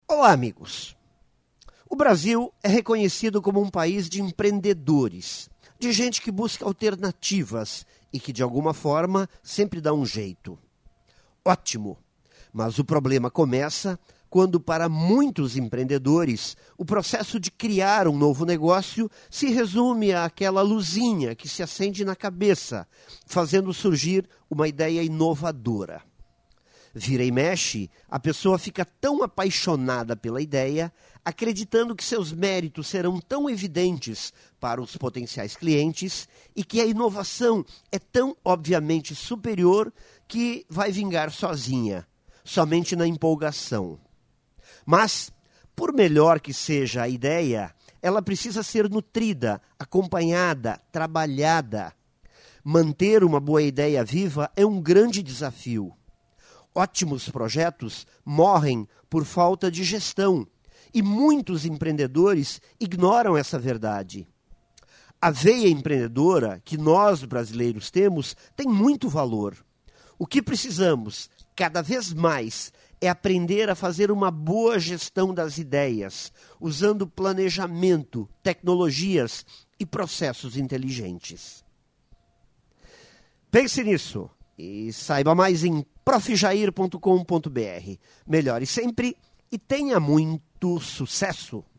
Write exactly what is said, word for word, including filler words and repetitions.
Olá, amigos. O Brasil é reconhecido como um país de empreendedores, de gente que busca alternativas e que, de alguma forma, sempre dá um jeito. Ótimo! Mas o problema começa quando, para muitos empreendedores, o processo de criar um novo negócio se resume àquela luzinha que se acende na cabeça, fazendo surgir uma ideia inovadora. Vira e mexe, a pessoa fica tão apaixonada pela ideia, acreditando que seus méritos serão tão evidentes para os potenciais clientes e que a inovação é tão obviamente superior que vai vingar sozinha, somente na empolgação. Mas, por melhor que seja a ideia, ela precisa ser nutrida, acompanhada, trabalhada. Manter uma boa ideia viva é um grande desafio. Ótimos projetos morrem por falta de gestão e muitos empreendedores ignoram essa verdade. A veia empreendedora que nós brasileiros temos tem muito valor. O que precisamos, cada vez mais, é aprender a fazer uma boa gestão das ideias, usando planejamento, tecnologias e processos inteligentes. Pense nisso e saiba mais em prof jair ponto com ponto br. Melhore sempre e tenha muito sucesso!